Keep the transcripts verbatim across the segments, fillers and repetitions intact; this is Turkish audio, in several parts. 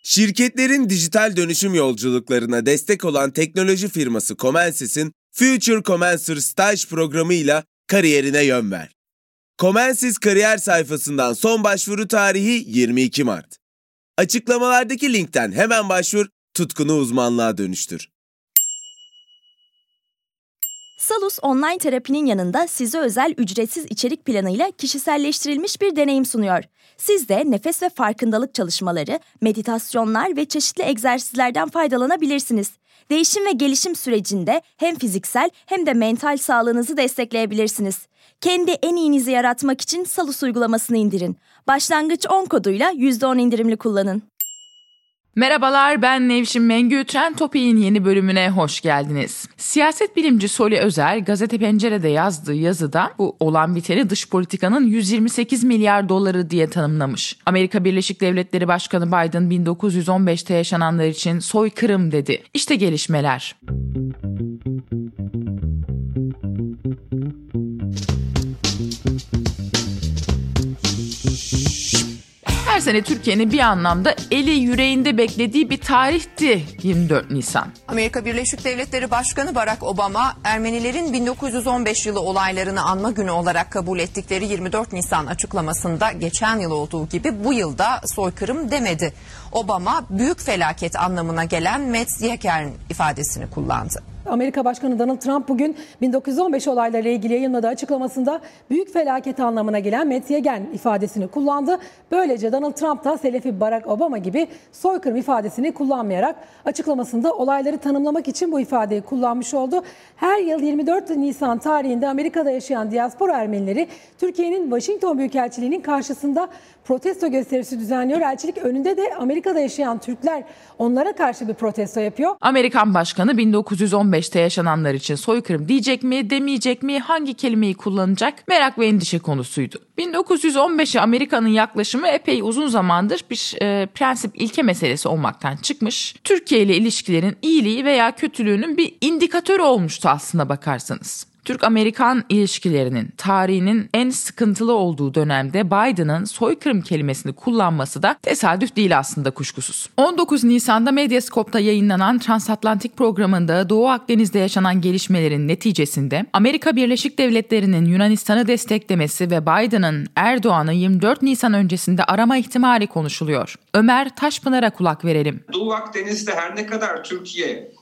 Şirketlerin dijital dönüşüm yolculuklarına destek olan teknoloji firması Comensys'in Future Comencer Staj programıyla kariyerine yön ver. Comensys kariyer sayfasından son başvuru tarihi yirmi iki Mart. Açıklamalardaki linkten hemen başvur, tutkunu uzmanlığa dönüştür. Salus online terapinin yanında size özel ücretsiz içerik planıyla kişiselleştirilmiş bir deneyim sunuyor. Siz de nefes ve farkındalık çalışmaları, meditasyonlar ve çeşitli egzersizlerden faydalanabilirsiniz. Değişim ve gelişim sürecinde hem fiziksel hem de mental sağlığınızı destekleyebilirsiniz. Kendi en iyinizi yaratmak için Salus uygulamasını indirin. Başlangıç on koduyla yüzde on indirimli kullanın. Merhabalar, ben Nevşin Mengü. Trend Topik'in yeni bölümüne hoş geldiniz. Siyaset bilimci Soli Özer, Gazete Pencere'de yazdığı yazıda bu olan biteni dış politikanın yüz yirmi sekiz milyar doları diye tanımlamış. Amerika Birleşik Devletleri Başkanı Biden bin dokuz yüz on beşte yaşananlar için soykırım dedi. İşte gelişmeler. Her sene Türkiye'nin bir anlamda eli yüreğinde beklediği bir tarihti yirmi dört Nisan. Amerika Birleşik Devletleri Başkanı Barack Obama, Ermenilerin bin dokuz yüz on beş yılı olaylarını anma günü olarak kabul ettikleri yirmi dört Nisan açıklamasında geçen yıl olduğu gibi bu yılda soykırım demedi. Obama, büyük felaket anlamına gelen Metzyekern ifadesini kullandı. Amerika Başkanı Donald Trump bugün bin dokuz yüz on beş olaylarıyla ilgili yayınladığı açıklamasında büyük felaket anlamına gelen Metzyekern ifadesini kullandı. Böylece Donald Trump da Selefi Barack Obama gibi soykırım ifadesini kullanmayarak açıklamasında olayları tanımlamak için bu ifadeyi kullanmış oldu. Her yıl yirmi dört Nisan tarihinde Amerika'da yaşayan diaspora Ermenileri Türkiye'nin Washington Büyükelçiliği'nin karşısında protesto gösterisi düzenliyor. Elçilik önünde de Amerika'da yaşayan Türkler onlara karşı bir protesto yapıyor. Amerikan Başkanı bin dokuz yüz on beşte yaşananlar için soykırım diyecek mi, demeyecek mi, hangi kelimeyi kullanacak merak ve endişe konusuydu. bin dokuz yüz on beşe Amerika'nın yaklaşımı epey uzun zamandır bir e, prensip ilke meselesi olmaktan çıkmış. Türkiye ile ilişkilerin iyiliği veya kötülüğünün bir indikatörü olmuştu aslına bakarsanız. Türk-Amerikan ilişkilerinin tarihinin en sıkıntılı olduğu dönemde Biden'ın soykırım kelimesini kullanması da tesadüf değil aslında kuşkusuz. on dokuz Nisan'da Medyascope'da yayınlanan Transatlantik programında Doğu Akdeniz'de yaşanan gelişmelerin neticesinde Amerika Birleşik Devletleri'nin Yunanistan'ı desteklemesi ve Biden'ın Erdoğan'ı yirmi dört Nisan öncesinde arama ihtimali konuşuluyor. Ömer Taşpınar'a kulak verelim. Doğu Akdeniz'de her ne kadar Türkiye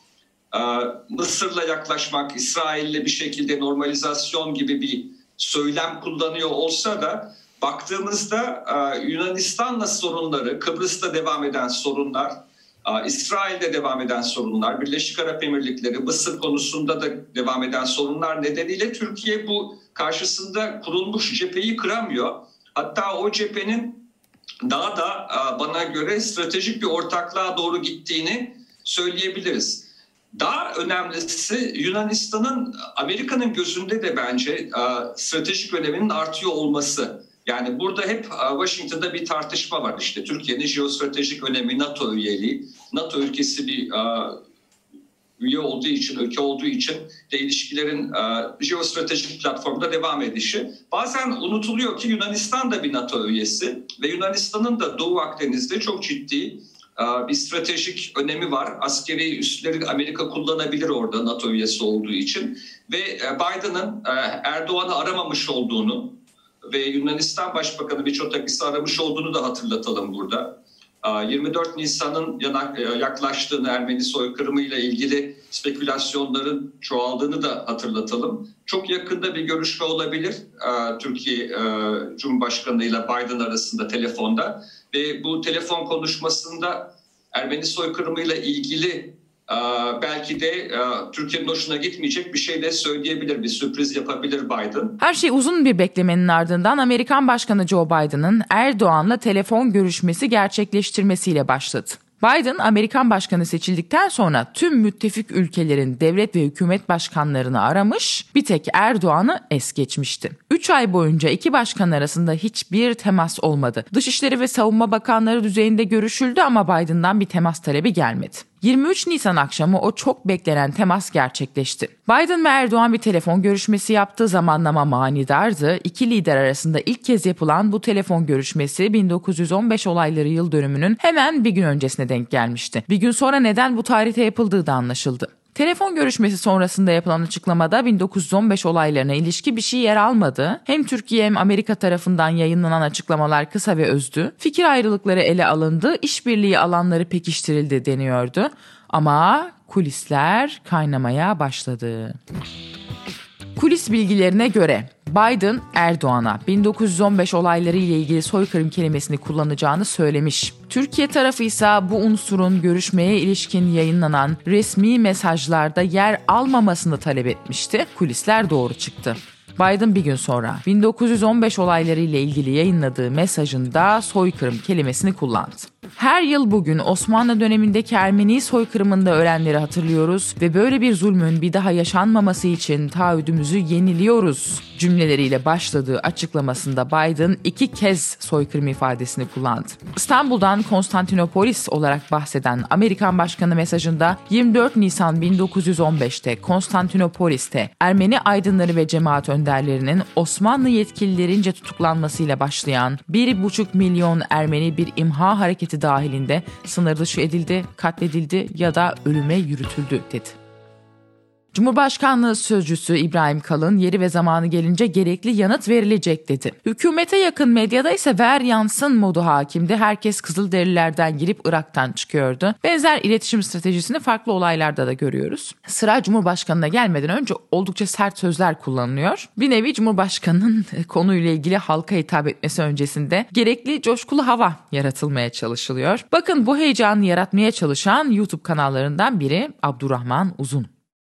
Mısır'la yaklaşmak, İsrail'le bir şekilde normalizasyon gibi bir söylem kullanıyor olsa da baktığımızda Yunanistan'la sorunları, Kıbrıs'ta devam eden sorunlar, İsrail'de devam eden sorunlar, Birleşik Arap Emirlikleri, Mısır konusunda da devam eden sorunlar nedeniyle Türkiye bu karşısında kurulmuş cepheyi kıramıyor. Hatta o cephenin daha da bana göre stratejik bir ortaklığa doğru gittiğini söyleyebiliriz. Daha önemlisi Yunanistan'ın Amerika'nın gözünde de bence stratejik öneminin artıyor olması. Yani burada hep Washington'da bir tartışma var işte Türkiye'nin jeostratejik önemi, NATO üyeliği, NATO ülkesi bir üye olduğu için, ülke olduğu için de ilişkilerin jeostratejik platformda devam edişi. Bazen unutuluyor ki Yunanistan da bir NATO üyesi ve Yunanistan'ın da Doğu Akdeniz'de çok ciddi bir stratejik önemi var. Askeri üsleri Amerika kullanabilir orada NATO üyesi olduğu için. Ve Biden'ın Erdoğan'ı aramamış olduğunu ve Yunanistan Başbakanı Mitsotakis'i aramış olduğunu da hatırlatalım burada. yirmi dört Nisan'ın yaklaştığını, Ermeni soykırımıyla ilgili spekülasyonların çoğaldığını da hatırlatalım. Çok yakında bir görüşme olabilir Türkiye Cumhurbaşkanı ile Biden arasında telefonda. Ve bu telefon konuşmasında Ermeni soykırımıyla ilgili belki de Türkiye'nin hoşuna gitmeyecek bir şey de söyleyebilir, bir sürpriz yapabilir Biden. Her şey uzun bir beklemenin ardından Amerikan Başkanı Joe Biden'ın Erdoğan'la telefon görüşmesi gerçekleştirmesiyle başladı. Biden, Amerikan başkanı seçildikten sonra tüm müttefik ülkelerin devlet ve hükümet başkanlarını aramış, bir tek Erdoğan'ı es geçmişti. Üç ay boyunca iki başkan arasında hiçbir temas olmadı. Dışişleri ve Savunma Bakanları düzeyinde görüşüldü ama Biden'dan bir temas talebi gelmedi. yirmi üç Nisan akşamı o çok beklenen temas gerçekleşti. Biden ve Erdoğan bir telefon görüşmesi yaptığı zamanlama manidardı. İki lider arasında ilk kez yapılan bu telefon görüşmesi bin dokuz yüz on beş olayları yıl dönümünün hemen bir gün öncesine denk gelmişti. Bir gün sonra neden bu tarihte yapıldığı da anlaşıldı. Telefon görüşmesi sonrasında yapılan açıklamada bin dokuz yüz on beş olaylarına ilişki bir şey yer almadı. Hem Türkiye hem Amerika tarafından yayınlanan açıklamalar kısa ve özdü. Fikir ayrılıkları ele alındı, işbirliği alanları pekiştirildi deniyordu. Ama kulisler kaynamaya başladı. Kulis bilgilerine göre Biden, Erdoğan'a bin dokuz yüz on beş olayları ile ilgili soykırım kelimesini kullanacağını söylemiş. Türkiye tarafı ise bu unsurun görüşmeye ilişkin yayınlanan resmi mesajlarda yer almamasını talep etmişti. Kulisler doğru çıktı. Biden bir gün sonra bin dokuz yüz on beş olayları ile ilgili yayınladığı mesajında soykırım kelimesini kullandı. Her yıl bugün Osmanlı dönemindeki Ermeni soykırımında ölenleri hatırlıyoruz ve böyle bir zulmün bir daha yaşanmaması için taahhüdümüzü yeniliyoruz cümleleriyle başladığı açıklamasında Biden iki kez soykırım ifadesini kullandı. İstanbul'dan Konstantinopolis olarak bahseden Amerikan Başkanı mesajında yirmi dört Nisan bin dokuz yüz on beşte Konstantinopolis'te Ermeni aydınları ve cemaat önderlerinin Osmanlı yetkililerince tutuklanmasıyla başlayan bir buçuk milyon Ermeni bir imha hareketi dahilinde sınır dışı edildi, katledildi ya da ölüme yürütüldü dedi. Cumhurbaşkanlığı Sözcüsü İbrahim Kalın yeri ve zamanı gelince gerekli yanıt verilecek dedi. Hükümete yakın medyada ise ver yansın modu hakimdi. Herkes Kızılderililerden girip Irak'tan çıkıyordu. Benzer iletişim stratejisini farklı olaylarda da görüyoruz. Sıra Cumhurbaşkanı'na gelmeden önce oldukça sert sözler kullanılıyor. Bir nevi Cumhurbaşkanı'nın konuyla ilgili halka hitap etmesi öncesinde gerekli coşkulu hava yaratılmaya çalışılıyor. Bakın bu heyecanı yaratmaya çalışan YouTube kanallarından biri Abdurrahman Uzun.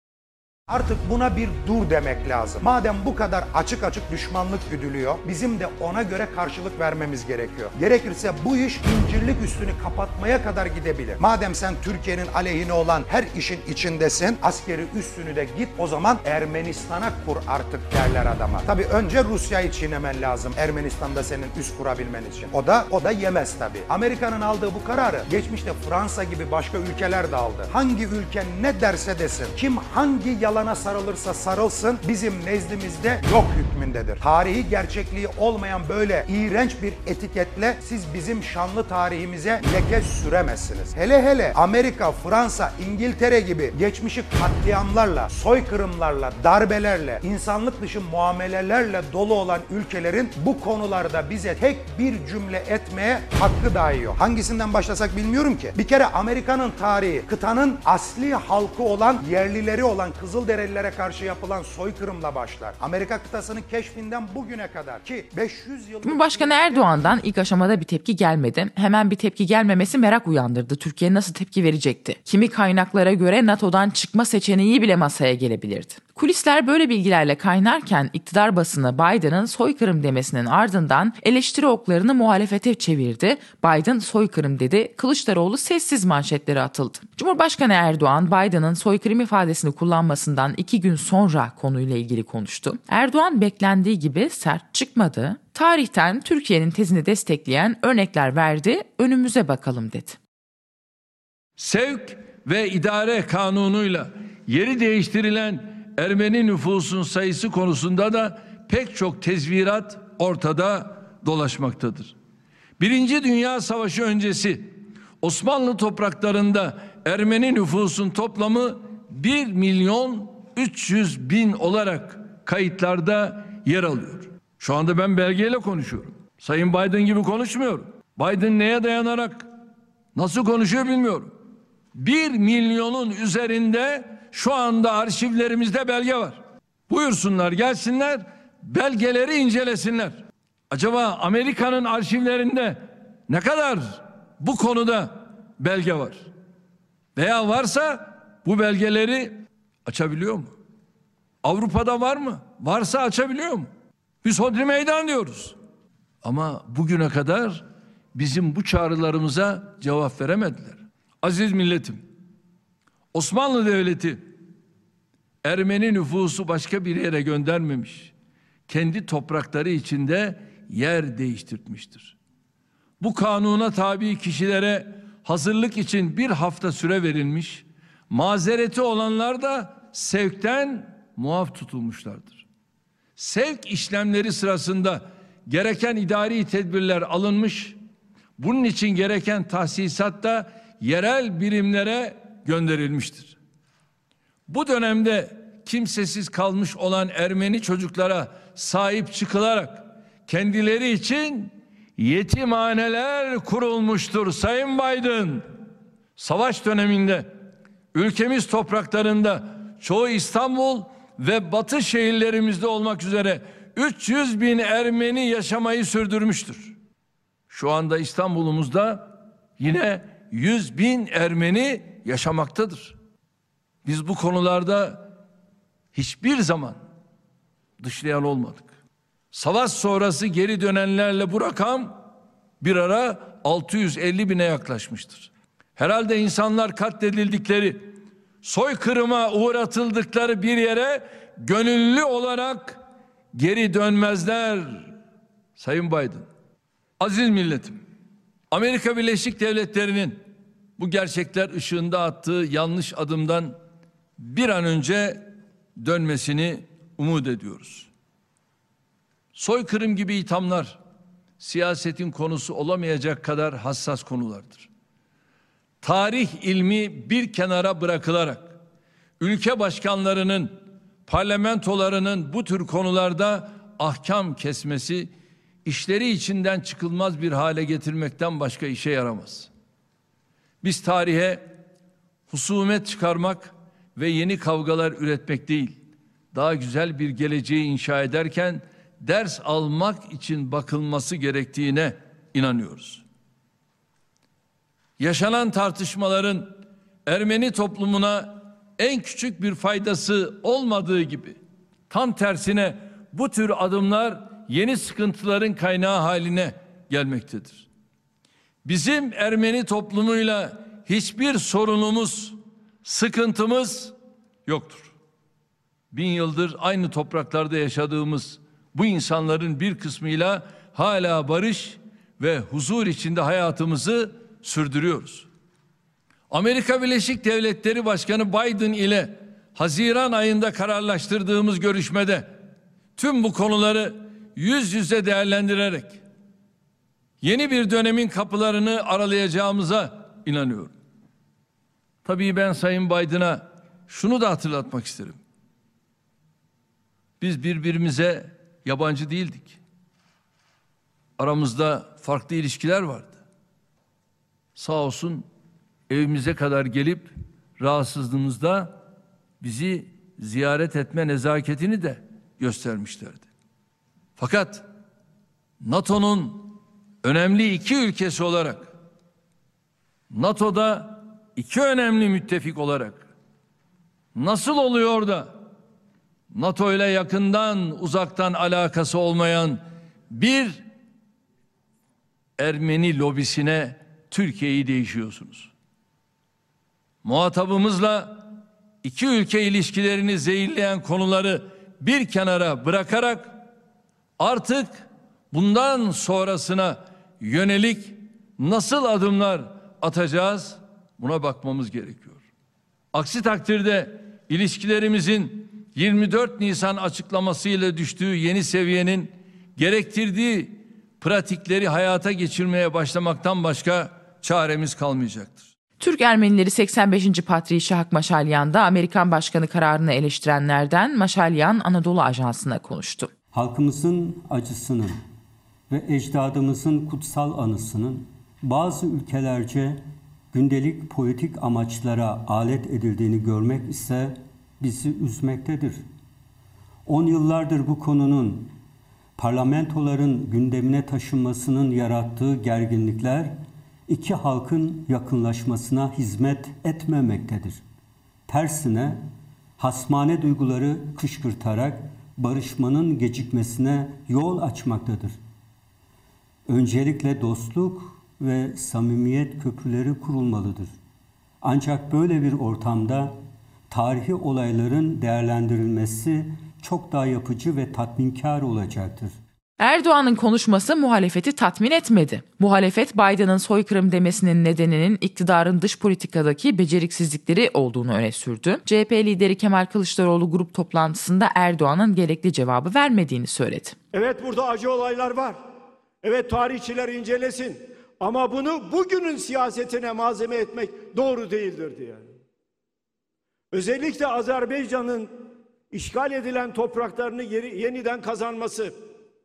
Artık buna bir dur demek lazım. Madem bu kadar açık açık düşmanlık güdülüyor, bizim de ona göre karşılık vermemiz gerekiyor. Gerekirse bu iş incirlik üstünü kapatmaya kadar gidebilir. Madem sen Türkiye'nin aleyhine olan her işin içindesin, askeri üstünü de git o zaman Ermenistan'a kur artık derler adama. Tabii önce Rusya'yı çiğnemen lazım Ermenistan'da senin üst kurabilmen için. O da o da yemez tabii. Amerika'nın aldığı bu kararı geçmişte Fransa gibi başka ülkeler de aldı. Hangi ülke ne derse desin, kim hangi yalan sarılırsa sarılsın bizim nezdimizde yok hükmündedir. Tarihi gerçekliği olmayan böyle iğrenç bir etiketle siz bizim şanlı tarihimize leke süremezsiniz. Hele hele Amerika, Fransa, İngiltere gibi geçmişi katliamlarla, soykırımlarla, darbelerle, insanlık dışı muamelelerle dolu olan ülkelerin bu konularda bize tek bir cümle etmeye hakkı dahi yok. Hangisinden başlasak bilmiyorum ki. Bir kere Amerika'nın tarihi, kıtanın asli halkı olan, yerlileri olan Kızılderili Kızılderililere karşı yapılan soykırımla başlar. Amerika kıtasının keşfinden bugüne kadar ki beş yüz yıl... Cumhurbaşkanı Erdoğan'dan ilk aşamada bir tepki gelmedi. Hemen bir tepki gelmemesi merak uyandırdı. Türkiye nasıl tepki verecekti? Kimi kaynaklara göre NATO'dan çıkma seçeneği bile masaya gelebilirdi. Kulisler böyle bilgilerle kaynarken iktidar basını Biden'ın soykırım demesinin ardından eleştiri oklarını muhalefete çevirdi. Biden soykırım dedi, Kılıçdaroğlu sessiz manşetleri atıldı. Cumhurbaşkanı Erdoğan Biden'ın soykırım ifadesini kullanmasından iki gün sonra konuyla ilgili konuştu. Erdoğan beklendiği gibi sert çıkmadı. Tarihten Türkiye'nin tezini destekleyen örnekler verdi, önümüze bakalım dedi. Sevk ve idare kanunuyla yeri değiştirilen Ermeni nüfusun sayısı konusunda da pek çok tezvirat ortada dolaşmaktadır. Birinci Dünya Savaşı öncesi Osmanlı topraklarında Ermeni nüfusun toplamı bir milyon üç yüz bin olarak kayıtlarda yer alıyor. Şu anda ben belgeyle konuşuyorum. Sayın Biden gibi konuşmuyorum. Biden neye dayanarak nasıl konuşuyor bilmiyorum. Bir milyonun üzerinde şu anda arşivlerimizde belge var. Buyursunlar gelsinler, belgeleri incelesinler. Acaba Amerika'nın arşivlerinde ne kadar bu konuda belge var? Veya varsa bu belgeleri açabiliyor mu? Avrupa'da var mı? Varsa açabiliyor mu? Biz hodri meydan diyoruz. Ama bugüne kadar bizim bu çağrılarımıza cevap veremediler. Aziz milletim, Osmanlı Devleti Ermeni nüfusu başka bir yere göndermemiş. Kendi toprakları içinde yer değiştirmiştir. Bu kanuna tabi kişilere hazırlık için bir hafta süre verilmiş, mazereti olanlar da sevkten muaf tutulmuşlardır. Sevk işlemleri sırasında gereken idari tedbirler alınmış, bunun için gereken tahsisat da yerel birimlere gönderilmiştir. Bu dönemde kimsesiz kalmış olan Ermeni çocuklara sahip çıkılarak kendileri için yetimhaneler kurulmuştur Sayın Biden. Savaş döneminde ülkemiz topraklarında çoğu İstanbul ve Batı şehirlerimizde olmak üzere üç yüz bin Ermeni yaşamayı sürdürmüştür. Şu anda İstanbul'umuzda yine yüz bin Ermeni yaşamaktadır. Biz bu konularda hiçbir zaman dışlayan olmadık. Savaş sonrası geri dönenlerle bu rakam bir ara altı yüz elli bine yaklaşmıştır. Herhalde insanlar katledildikleri, soykırıma uğratıldıkları bir yere gönüllü olarak geri dönmezler. Sayın Biden, aziz milletim, Amerika Birleşik Devletleri'nin bu gerçekler ışığında attığı yanlış adımdan bir an önce dönmesini umut ediyoruz. Soykırım gibi ithamlar siyasetin konusu olamayacak kadar hassas konulardır. Tarih ilmi bir kenara bırakılarak ülke başkanlarının, parlamentolarının bu tür konularda ahkam kesmesi işleri içinden çıkılmaz bir hale getirmekten başka işe yaramaz. Biz tarihe husumet çıkarmak ve yeni kavgalar üretmek değil, daha güzel bir geleceği inşa ederken ders almak için bakılması gerektiğine inanıyoruz. Yaşanan tartışmaların Ermeni toplumuna en küçük bir faydası olmadığı gibi, tam tersine bu tür adımlar yeni sıkıntıların kaynağı haline gelmektedir. Bizim Ermeni toplumuyla hiçbir sorunumuz, sıkıntımız yoktur. Bin yıldır aynı topraklarda yaşadığımız bu insanların bir kısmıyla hala barış ve huzur içinde hayatımızı sürdürüyoruz. Amerika Birleşik Devletleri Başkanı Biden ile Haziran ayında kararlaştırdığımız görüşmede tüm bu konuları yüz yüze değerlendirerek yeni bir dönemin kapılarını aralayacağımıza inanıyorum. Tabii ben Sayın Biden'a şunu da hatırlatmak isterim. Biz birbirimize yabancı değildik. Aramızda farklı ilişkiler vardı. Sağ olsun evimize kadar gelip rahatsızlığımızda bizi ziyaret etme nezaketini de göstermişlerdi. Fakat NATO'nun önemli iki ülkesi olarak, NATO'da iki önemli müttefik olarak nasıl oluyor da NATO ile yakından uzaktan alakası olmayan bir Ermeni lobisine Türkiye'yi değişiyorsunuz? Muhatabımızla iki ülke ilişkilerini zehirleyen konuları bir kenara bırakarak artık bundan sonrasına yönelik nasıl adımlar atacağız, buna bakmamız gerekiyor. Aksi takdirde ilişkilerimizin yirmi dört Nisan açıklamasıyla düştüğü yeni seviyenin gerektirdiği pratikleri hayata geçirmeye başlamaktan başka çaremiz kalmayacaktır. Türk Ermenileri seksen beşinci Patriği Şahak Maşalyan da Amerikan Başkanı kararını eleştirenlerden. Maşalyan Anadolu Ajansı'na konuştu. Halkımızın acısının ve ecdadımızın kutsal anısının bazı ülkelerce gündelik politik amaçlara alet edildiğini görmek ise bizi üzmektedir. On yıllardır bu konunun parlamentoların gündemine taşınmasının yarattığı gerginlikler iki halkın yakınlaşmasına hizmet etmemektedir. Tersine hasmane duyguları kışkırtarak barışmanın gecikmesine yol açmaktadır. Öncelikle dostluk ve samimiyet köprüleri kurulmalıdır. Ancak böyle bir ortamda tarihi olayların değerlendirilmesi çok daha yapıcı ve tatminkar olacaktır. Erdoğan'ın konuşması muhalefeti tatmin etmedi. Muhalefet Biden'ın soykırım demesinin nedeninin iktidarın dış politikadaki beceriksizlikleri olduğunu öne sürdü. C H P lideri Kemal Kılıçdaroğlu grup toplantısında Erdoğan'ın gerekli cevabı vermediğini söyledi. Evet, burada acı olaylar var. Evet, tarihçiler incelesin. Ama bunu bugünün siyasetine malzeme etmek doğru değildir diye. Özellikle Azerbaycan'ın işgal edilen topraklarını yeri, yeniden kazanması,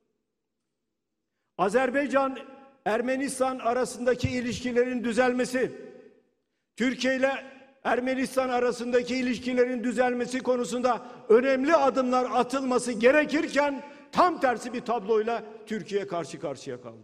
Azerbaycan-Ermenistan arasındaki ilişkilerin düzelmesi, Türkiye ile Ermenistan arasındaki ilişkilerin düzelmesi konusunda önemli adımlar atılması gerekirken tam tersi bir tabloyla Türkiye karşı karşıya kaldı.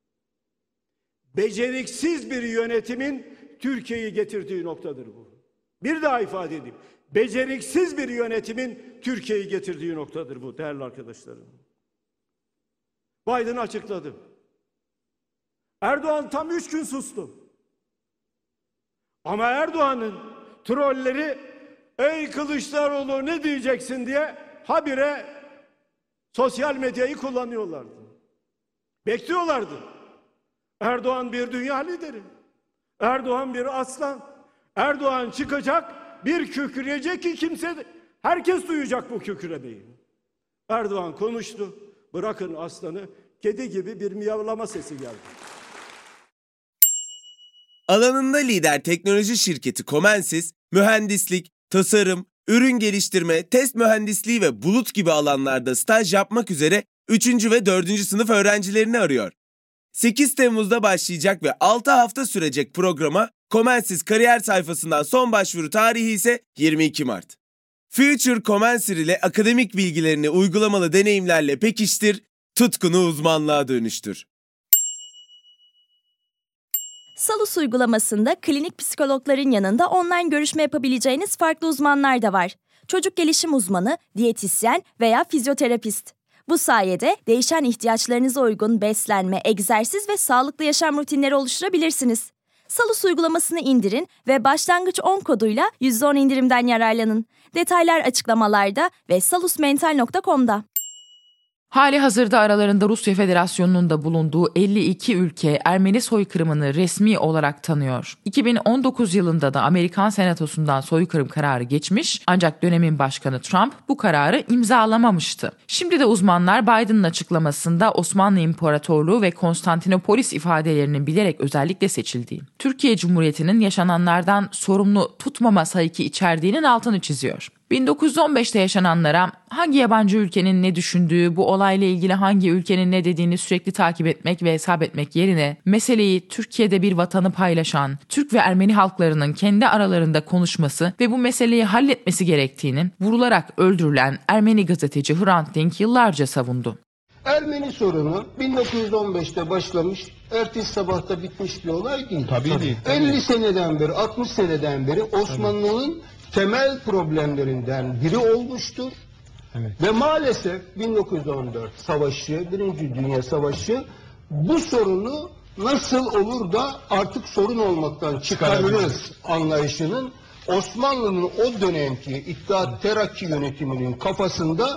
Beceriksiz bir yönetimin Türkiye'yi getirdiği noktadır bu. Bir daha ifade edeyim. Beceriksiz bir yönetimin Türkiye'yi getirdiği noktadır bu değerli arkadaşlarım. Biden açıkladı. Erdoğan tam üç gün sustu. Ama Erdoğan'ın trolleri ey Kılıçdaroğlu ne diyeceksin diye habire sosyal medyayı kullanıyorlardı. Bekliyorlardı. Erdoğan bir dünya lideri. Erdoğan bir aslan. Erdoğan çıkacak, bir kükreyecek ki kimse, herkes duyacak bu kükremeyi. Erdoğan konuştu. Bırakın aslanı, kedi gibi bir miyavlama sesi geldi. Alanında lider teknoloji şirketi Comensys, mühendislik, tasarım, ürün geliştirme, test mühendisliği ve bulut gibi alanlarda staj yapmak üzere üçüncü ve dördüncü sınıf öğrencilerini arıyor. sekiz Temmuz'da başlayacak ve altı hafta sürecek programa Comensys kariyer sayfasından son başvuru tarihi ise yirmi iki Mart. Future Comensys ile akademik bilgilerini uygulamalı deneyimlerle pekiştir, tutkunu uzmanlığa dönüştür. Salus uygulamasında klinik psikologların yanında online görüşme yapabileceğiniz farklı uzmanlar da var. Çocuk gelişim uzmanı, diyetisyen veya fizyoterapist. Bu sayede değişen ihtiyaçlarınıza uygun beslenme, egzersiz ve sağlıklı yaşam rutinleri oluşturabilirsiniz. Salus uygulamasını indirin ve başlangıç on koduyla yüzde on indirimden yararlanın. Detaylar açıklamalarda ve salusmental nokta com'da. Hali hazırda aralarında Rusya Federasyonu'nun da bulunduğu elli iki ülke Ermeni soykırımını resmi olarak tanıyor. iki bin on dokuz yılında da Amerikan Senatosu'ndan soykırım kararı geçmiş, ancak dönemin başkanı Trump bu kararı imzalamamıştı. Şimdi de uzmanlar Biden'ın açıklamasında Osmanlı İmparatorluğu ve Konstantinopolis ifadelerinin bilerek özellikle seçildiği, Türkiye Cumhuriyeti'nin yaşananlardan sorumlu tutmama sayıkı içerdiğinin altını çiziyor. bin dokuz yüz on beşte yaşananlara hangi yabancı ülkenin ne düşündüğü, bu olayla ilgili hangi ülkenin ne dediğini sürekli takip etmek ve hesap etmek yerine meseleyi Türkiye'de bir vatanı paylaşan Türk ve Ermeni halklarının kendi aralarında konuşması ve bu meseleyi halletmesi gerektiğini vurularak öldürülen Ermeni gazeteci Hrant Dink yıllarca savundu. Ermeni sorunu bin dokuz yüz on beşte başlamış, ertesi sabahta bitmiş bir olay değil. Tabii, tabii değil. Tabii. elli seneden beri, altmış seneden beri Osmanlı'nın temel problemlerinden biri olmuştur. Evet. Ve maalesef bin dokuz yüz on dört savaşı, Birinci Dünya Savaşı bu sorunu nasıl olur da artık sorun olmaktan çıkarırız anlayışının Osmanlı'nın o dönemki İttihat Terakki yönetiminin kafasında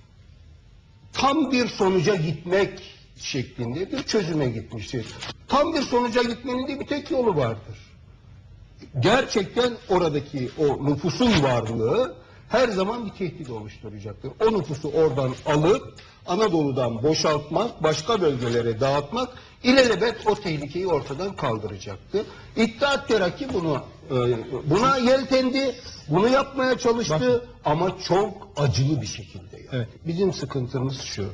tam bir sonuca gitmek şeklinde bir çözüme gitmiştir. Tam bir sonuca gitmenin de bir tek yolu vardır. Gerçekten oradaki o nüfusun varlığı her zaman bir tehdit oluşturacaktır. O nüfusu oradan alıp Anadolu'dan boşaltmak, başka bölgelere dağıtmak ilelebet o tehlikeyi ortadan kaldıracaktı. İttihat Terakki bunu buna yeltendi, bunu yapmaya çalıştı. Bakın. Ama çok acılı bir şekilde. Yani. Evet. Bizim sıkıntımız şu.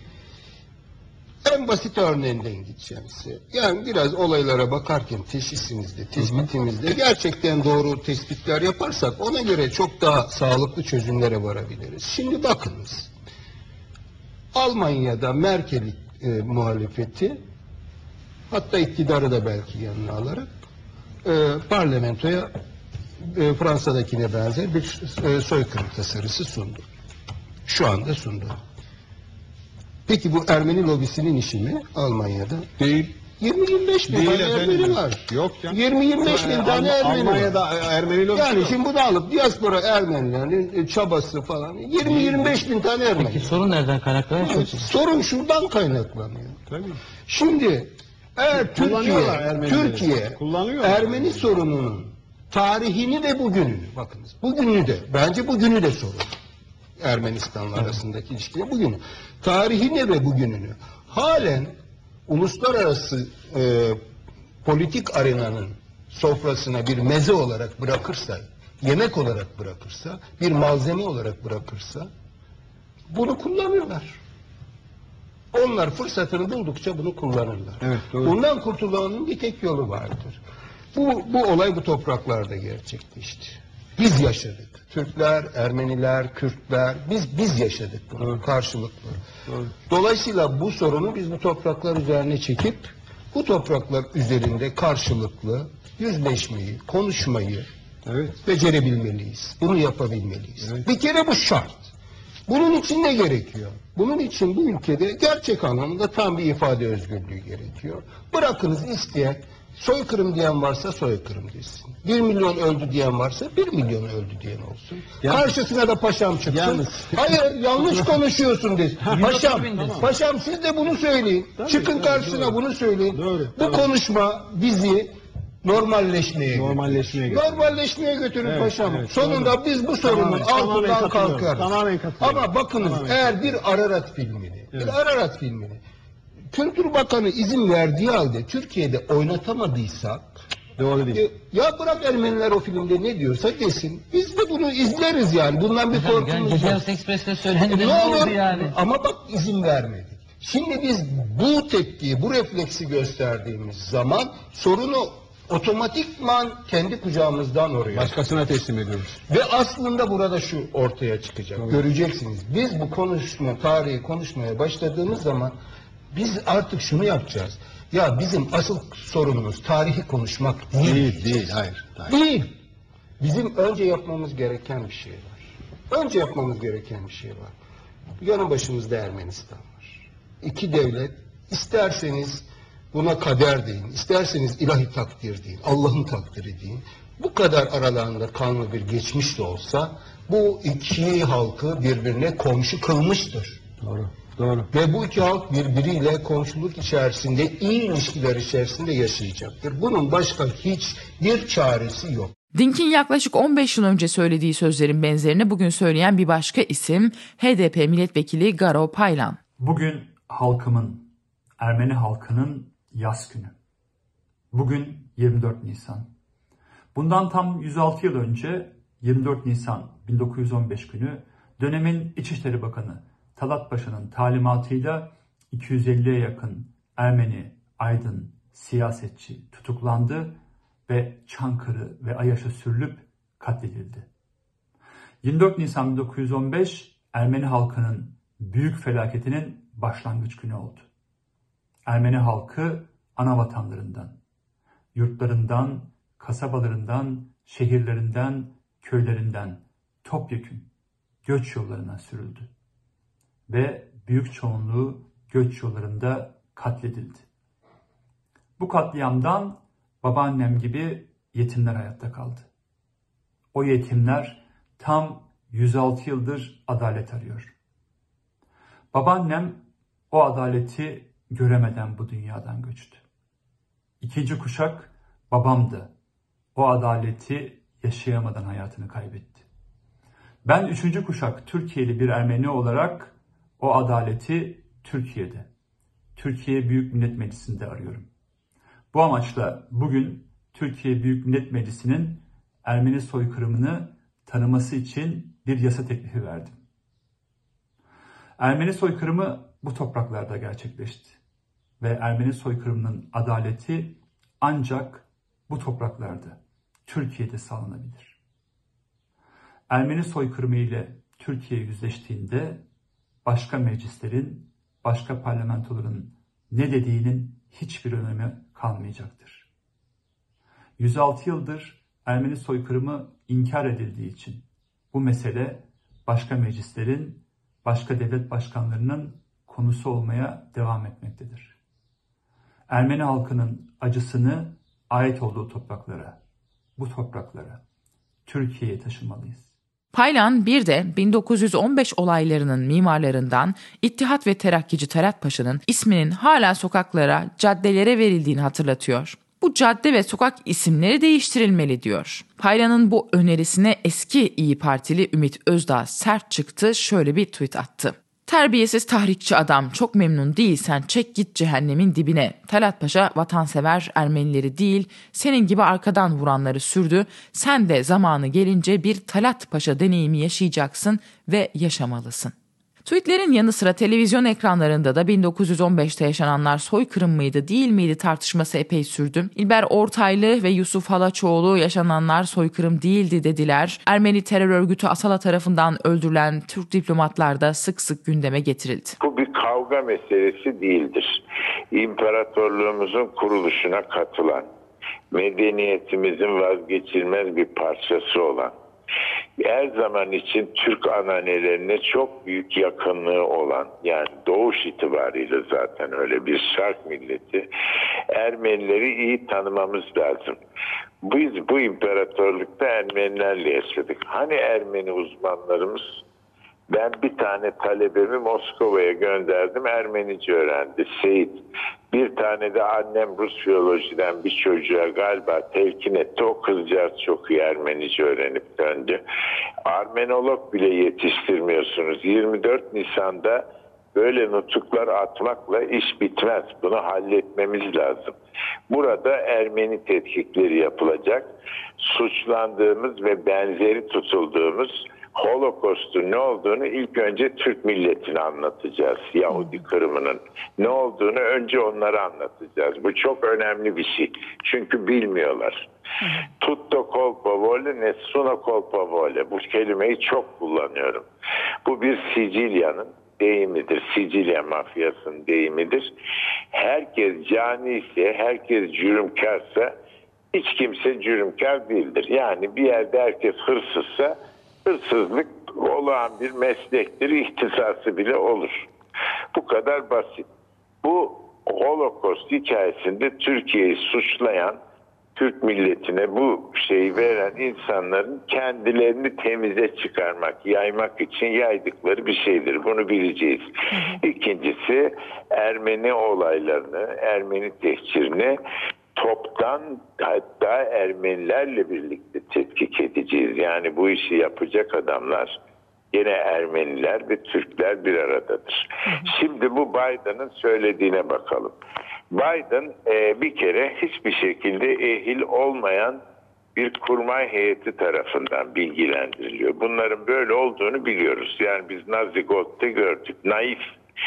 En basit örneğinden gideceğim size. Yani biraz olaylara bakarken teşhisimizde, tespitimizde gerçekten doğru tespitler yaparsak ona göre çok daha sağlıklı çözümlere varabiliriz. Şimdi bakınız. Almanya'da Merkel e, muhalefeti, hatta iktidarı da belki yanına alarak e, parlamentoya e, Fransa'dakine benzer bir e, soykırım tasarısı sundu. Şu anda sundu. Peki bu Ermeni lobisinin işi mi Almanya'da? Değil. yirmi yirmi beş bin tane Ermeni var. Yok canım. yirmi yirmi beş bin tane Ermeni Almanya'da var. Ermeni lobi Yani yok. şimdi bunu alıp diaspora Ermenilerin çabası falan yirmi yirmi beş bin tane Ermeni. Peki sorun nereden kaynaklanıyor? Evet, sorun şuradan kaynaklanıyor. Tabii. Şimdi eğer Türkiye, Kullanıyorlar Ermenileri. Türkiye Kullanıyorlar. Ermeni sorununun tarihini ve bugününü, bakınız bugünü de, bence bugünü de sorun. Ermenistan'la arasındaki ilişkileri bugünü. Tarihini ve bugününü halen uluslararası e, politik arenanın sofrasına bir meze olarak bırakırsa, yemek olarak bırakırsa, bir malzeme olarak bırakırsa bunu kullanıyorlar. Onlar fırsatını buldukça bunu kullanırlar. Evet, doğru. Bundan kurtulmanın bir tek yolu vardır. Bu, bu olay bu topraklarda gerçekleşti. Biz yaşadık. Türkler, Ermeniler, Kürtler, biz biz yaşadık bunu evet. karşılıklı. Evet. Dolayısıyla bu sorunu biz bu topraklar üzerine çekip bu topraklar üzerinde karşılıklı yüzleşmeyi, konuşmayı evet. becerebilmeliyiz. Bunu yapabilmeliyiz. Evet. Bir kere bu şart. Bunun için ne gerekiyor? Bunun için bu ülkede gerçek anlamda tam bir ifade özgürlüğü gerekiyor. Bırakınız isteyen, soykırım diyen varsa soykırım desin. Bir milyon öldü diyen varsa bir milyon öldü diyen olsun. Yalnız, Karşısına da paşam çıksın. Yalnız. Hayır yanlış konuşuyorsun desin. Paşam, paşam siz de bunu söyleyin. Tabii, Çıkın tabii, karşısına doğru. bunu söyleyin. Doğru, bu doğru. konuşma bizi normalleşmeye normalleşmeye götürün. Normalleşmeye götürün evet, paşam. Evet, Sonunda doğru. biz bu sorunun tamamen, altından kalkarız. Tamamen Ama bakınız tamamen. eğer bir Ararat filmini, evet. bir Ararat filmini Kültür Bakanı izin verdiği halde Türkiye'de oynatamadıysak doğru değil. E, ya bırak Ermeniler o filmde ne diyorsa desin. Biz de bunu izleriz yani. Bundan bir korkumuz yok. Gece Express'te söylendi ne ne olur oldu yani? Ama bak izin vermedik. Şimdi biz bu tepkiyi, bu refleksi gösterdiğimiz zaman sorunu otomatikman kendi kucağımızdan oraya başkasına teslim ediyoruz. Ve aslında burada şu ortaya çıkacak. Tabii. Göreceksiniz. Biz bu konuşma, tarihi konuşmaya başladığımız zaman biz artık şunu yapacağız. Ya bizim asıl sorunumuz tarihi konuşmak değil. Değil, değil, hayır. hayır. Değil. Bizim önce yapmamız gereken bir şey var. Önce yapmamız gereken bir şey var. Yanı başımızda Ermenistan var. İki devlet, isterseniz buna kader deyin, isterseniz ilahi takdir deyin, Allah'ın takdiri deyin. Bu kadar aralarında kanlı bir geçmiş de olsa bu iki halkı birbirine komşu kılmıştır. Doğru. Doğru. Ve bu iki halk birbiriyle komşuluk içerisinde, iyi ilişkiler içerisinde yaşayacaktır. Bunun başka hiçbir çaresi yok. Dink'in yaklaşık on beş yıl önce söylediği sözlerin benzerini bugün söyleyen bir başka isim H D P milletvekili Garo Paylan. Bugün halkımın, Ermeni halkının yas günü. Bugün yirmi dört Nisan. Bundan tam yüz altı yıl önce yirmi dört Nisan bin dokuz yüz on beş günü dönemin İçişleri Bakanı Talat Paşa'nın talimatıyla iki yüz elliye yakın Ermeni, aydın, siyasetçi tutuklandı ve Çankırı ve Ayaş'a sürülüp katledildi. yirmi dört Nisan bin dokuz yüz on beş Ermeni halkının büyük felaketinin başlangıç günü oldu. Ermeni halkı ana vatanlarından, yurtlarından, kasabalarından, şehirlerinden, köylerinden topyekün göç yollarına sürüldü. Ve büyük çoğunluğu göç yollarında katledildi. Bu katliamdan babaannem gibi yetimler hayatta kaldı. O yetimler tam yüz altı yıldır adalet arıyor. Babaannem o adaleti göremeden bu dünyadan göçtü. İkinci kuşak babam da o adaleti yaşayamadan hayatını kaybetti. Ben üçüncü kuşak Türkiye'li bir Ermeni olarak o adaleti Türkiye'de, Türkiye Büyük Millet Meclisi'nde arıyorum. Bu amaçla bugün Türkiye Büyük Millet Meclisi'nin Ermeni soykırımını tanıması için bir yasa teklifi verdim. Ermeni soykırımı bu topraklarda gerçekleşti ve Ermeni soykırımının adaleti ancak bu topraklarda, Türkiye'de sağlanabilir. Ermeni soykırımı ile Türkiye yüzleştiğinde başka meclislerin, başka parlamentoların ne dediğinin hiçbir önemi kalmayacaktır. yüz altı yıldır Ermeni soykırımı inkar edildiği için bu mesele başka meclislerin, başka devlet başkanlarının konusu olmaya devam etmektedir. Ermeni halkının acısını ait olduğu topraklara, bu topraklara, Türkiye'ye taşımalıyız. Paylan bir de bin dokuz yüz on beş olaylarının mimarlarından İttihat ve Terakkici Talat Paşa'nın isminin hala sokaklara, caddelere verildiğini hatırlatıyor. Bu cadde ve sokak isimleri değiştirilmeli diyor. Paylan'ın bu önerisine eski İyi Partili Ümit Özdağ sert çıktı, şöyle bir tweet attı. Terbiyesiz tahrikçi adam, çok memnun değilsen çek git cehennemin dibine. Talat Paşa vatansever Ermenileri değil, senin gibi arkadan vuranları sürdü. Sen de zamanı gelince bir Talat Paşa deneyimi yaşayacaksın ve yaşamalısın. Tweetlerin yanı sıra televizyon ekranlarında da bin dokuz yüz on beşte yaşananlar soykırım mıydı değil miydi tartışması epey sürdü. İlber Ortaylı ve Yusuf Halaçoğlu yaşananlar soykırım değildi dediler. Ermeni terör örgütü Asala tarafından öldürülen Türk diplomatlar da sık sık gündeme getirildi. Bu bir kavga meselesi değildir. İmparatorluğumuzun kuruluşuna katılan, medeniyetimizin vazgeçilmez bir parçası olan, her zaman için Türk ananelerine çok büyük yakınlığı olan, yani doğuş itibariyle zaten öyle bir şark milleti, Ermenileri iyi tanımamız lazım. Biz bu imparatorlukta Ermenilerle yaşadık. Hani Ermeni uzmanlarımız? Ben bir tane talebemi Moskova'ya gönderdim, Ermenice öğrendi, Seyit. Bir tane de annem Rus filolojiden bir çocuğa galiba telkin etti. O kızcağız çok iyi Ermenice öğrenip döndü. Armenolog bile yetiştirmiyorsunuz. yirmi dört Nisan'da böyle nutuklar atmakla iş bitmez. Bunu halletmemiz lazım. Burada Ermeni tetkikleri yapılacak. Suçlandığımız ve benzeri tutulduğumuz Holokost'un ne olduğunu ilk önce Türk milletine anlatacağız. Yahudi kırımının ne olduğunu önce onlara anlatacağız. Bu çok önemli bir şey. Çünkü bilmiyorlar. Tutto colpa vole, nessuno colpa vole. Bu kelimeyi çok kullanıyorum. Bu bir Sicilya'nın deyimidir. Sicilya mafyasının deyimidir. Herkes cani ise, herkes cürümkarsa hiç kimse cürümkar değildir. Yani bir yerde herkes hırsızsa hırsızlık olağan bir meslektir, ihtisası bile olur. Bu kadar basit. Bu Holocaust hikayesinde Türkiye'yi suçlayan, Türk milletine bu şeyi veren insanların kendilerini temize çıkarmak, yaymak için yaydıkları bir şeydir. Bunu bileceğiz. İkincisi, Ermeni olaylarını, Ermeni tehcirini toptan, hatta Ermenilerle birlikte tetkik edeceğiz. Yani bu işi yapacak adamlar gene Ermeniler ve Türkler bir aradadır. Şimdi bu Biden'ın söylediğine bakalım. Biden e, bir kere hiçbir şekilde ehil olmayan bir kurmay heyeti tarafından bilgilendiriliyor. Bunların böyle olduğunu biliyoruz. Yani biz Nazi Gold'da gördük. Naif,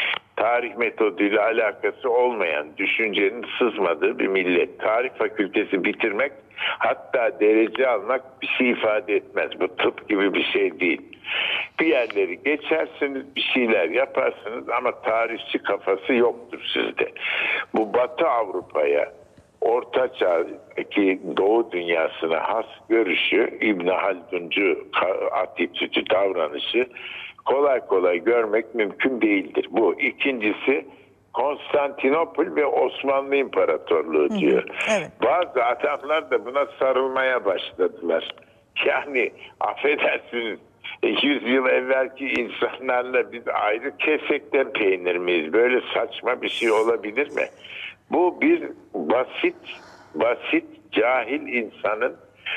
tarih metoduyla alakası olmayan, düşüncenin sızmadığı bir millet. Tarih fakültesi bitirmek, hatta derece almak bir şey ifade etmez. Bu tıp gibi bir şey değil. Bir yerleri geçersiniz, bir şeyler yaparsınız ama tarihçi kafası yoktur sizde. Bu Batı Avrupa'ya, Orta Çağ'daki Doğu dünyasına has görüşü, İbn Halduncu atitüdü, davranışı kolay kolay görmek mümkün değildir. Bu. İkincisi, Konstantinopol ve Osmanlı İmparatorluğu diyor. Hı hı, evet. Bazı adamlar da buna sarılmaya başladılar. Yani affedersiniz, yüz yıl evvelki insanlarla biz ayrı kesekten peynir miyiz? Böyle saçma bir şey olabilir mi? Bu bir basit, basit, cahil insanın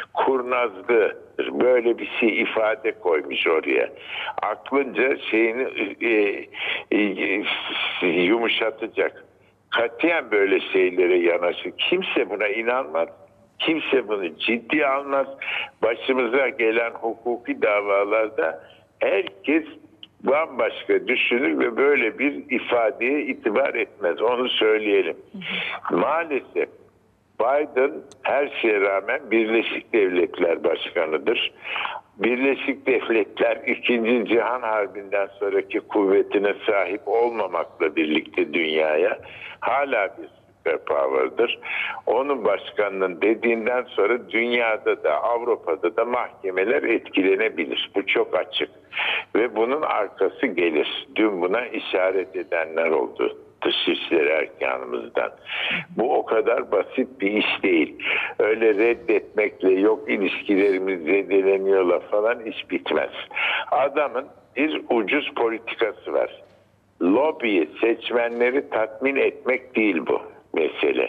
kurnazlığı. Böyle bir şey ifade koymuş oraya. Aklınca şeyini e, e, yumuşatacak. Katiyen böyle şeylere yanaşır. Kimse buna inanmaz. Kimse bunu ciddi almaz. Başımıza gelen hukuki davalarda herkes bambaşka düşünür ve böyle bir ifadeye itibar etmez. Onu söyleyelim. Maalesef Biden her şeye rağmen Birleşik Devletler Başkanı'dır. Birleşik Devletler İkinci Cihan Harbi'nden sonraki kuvvetine sahip olmamakla birlikte dünyaya hala bir süperpower'dır. Onun başkanının dediğinden sonra dünyada da Avrupa'da da mahkemeler etkilenebilir. Bu çok açık. Ve bunun arkası gelir. Dün buna işaret edenler oldu. Dış İşleri Erkanımızdan. Bu o kadar basit bir iş değil. Öyle reddetmekle, yok ilişkilerimiz zedeleniyorlar falan iş bitmez. Adamın bir ucuz politikası var. Lobiyi, seçmenleri tatmin etmek değil bu mesele.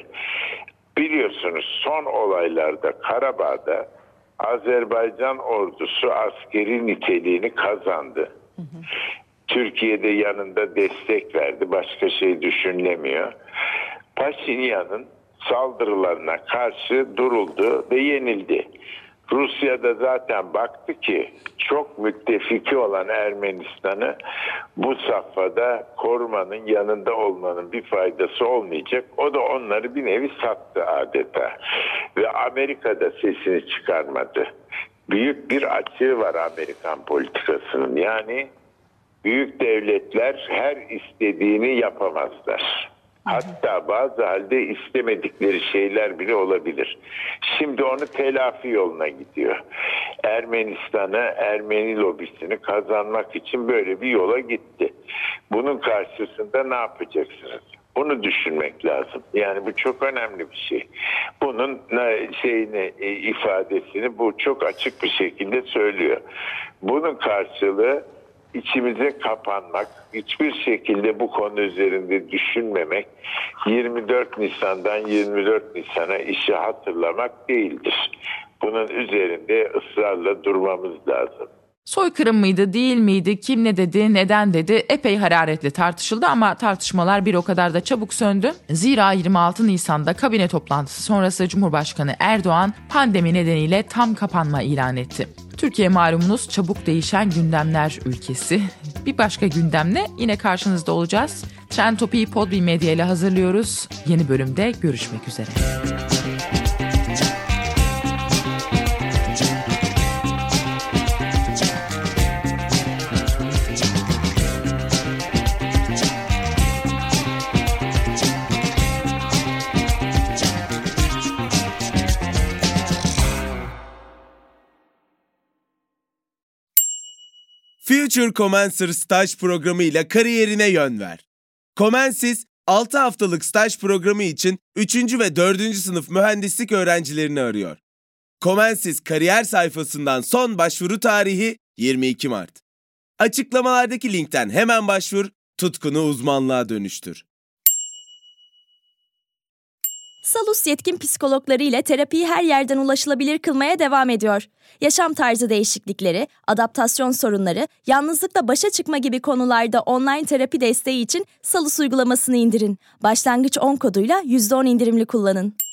Biliyorsunuz son olaylarda Karabağ'da Azerbaycan ordusu askeri niteliğini kazandı. Hı hı. Türkiye'de yanında destek verdi. Başka şey düşünülemiyor. Paşinyan'ın saldırılarına karşı duruldu ve yenildi. Rusya'da zaten baktı ki çok müttefiki olan Ermenistan'ı bu safhada korumanın, yanında olmanın bir faydası olmayacak. O da onları bir nevi sattı adeta. Ve Amerika'da sesini çıkarmadı. Büyük bir açığı var Amerikan politikasının. Yani büyük devletler her istediğini yapamazlar. Hatta bazı halde istemedikleri şeyler bile olabilir. Şimdi onu telafi yoluna gidiyor. Ermenistan'ı, Ermeni lobisini kazanmak için böyle bir yola gitti. Bunun karşısında ne yapacaksınız? Bunu düşünmek lazım. Yani bu çok önemli bir şey. Bunun şeyini, ifadesini bu çok açık bir şekilde söylüyor. Bunun karşılığı İçimize kapanmak, hiçbir şekilde bu konu üzerinde düşünmemek, yirmi dört Nisan'dan yirmi dört Nisan'a işi hatırlamak değildir. Bunun üzerinde ısrarla durmamız lazım. Soykırım mıydı, değil miydi, kim ne dedi, neden dedi epey hararetle tartışıldı ama tartışmalar bir o kadar da çabuk söndü. Zira yirmi altı Nisan'da kabine toplantısı sonrası Cumhurbaşkanı Erdoğan pandemi nedeniyle tam kapanma ilan etti. Türkiye malumunuz çabuk değişen gündemler ülkesi. Bir başka gündemle yine karşınızda olacağız. Trend Topi'yi Podbi Medya ile hazırlıyoruz. Yeni bölümde görüşmek üzere. Future Commencer staj programı ile kariyerine yön ver. Comensis, altı haftalık staj programı için üçüncü ve dördüncü sınıf mühendislik öğrencilerini arıyor. Comensis kariyer sayfasından son başvuru tarihi yirmi iki Mart. Açıklamalardaki linkten hemen başvur, tutkunu uzmanlığa dönüştür. Salus yetkin psikologları ile terapiyi her yerden ulaşılabilir kılmaya devam ediyor. Yaşam tarzı değişiklikleri, adaptasyon sorunları, yalnızlıkla başa çıkma gibi konularda online terapi desteği için Salus uygulamasını indirin. Başlangıç on koduyla yüzde on indirimli kullanın.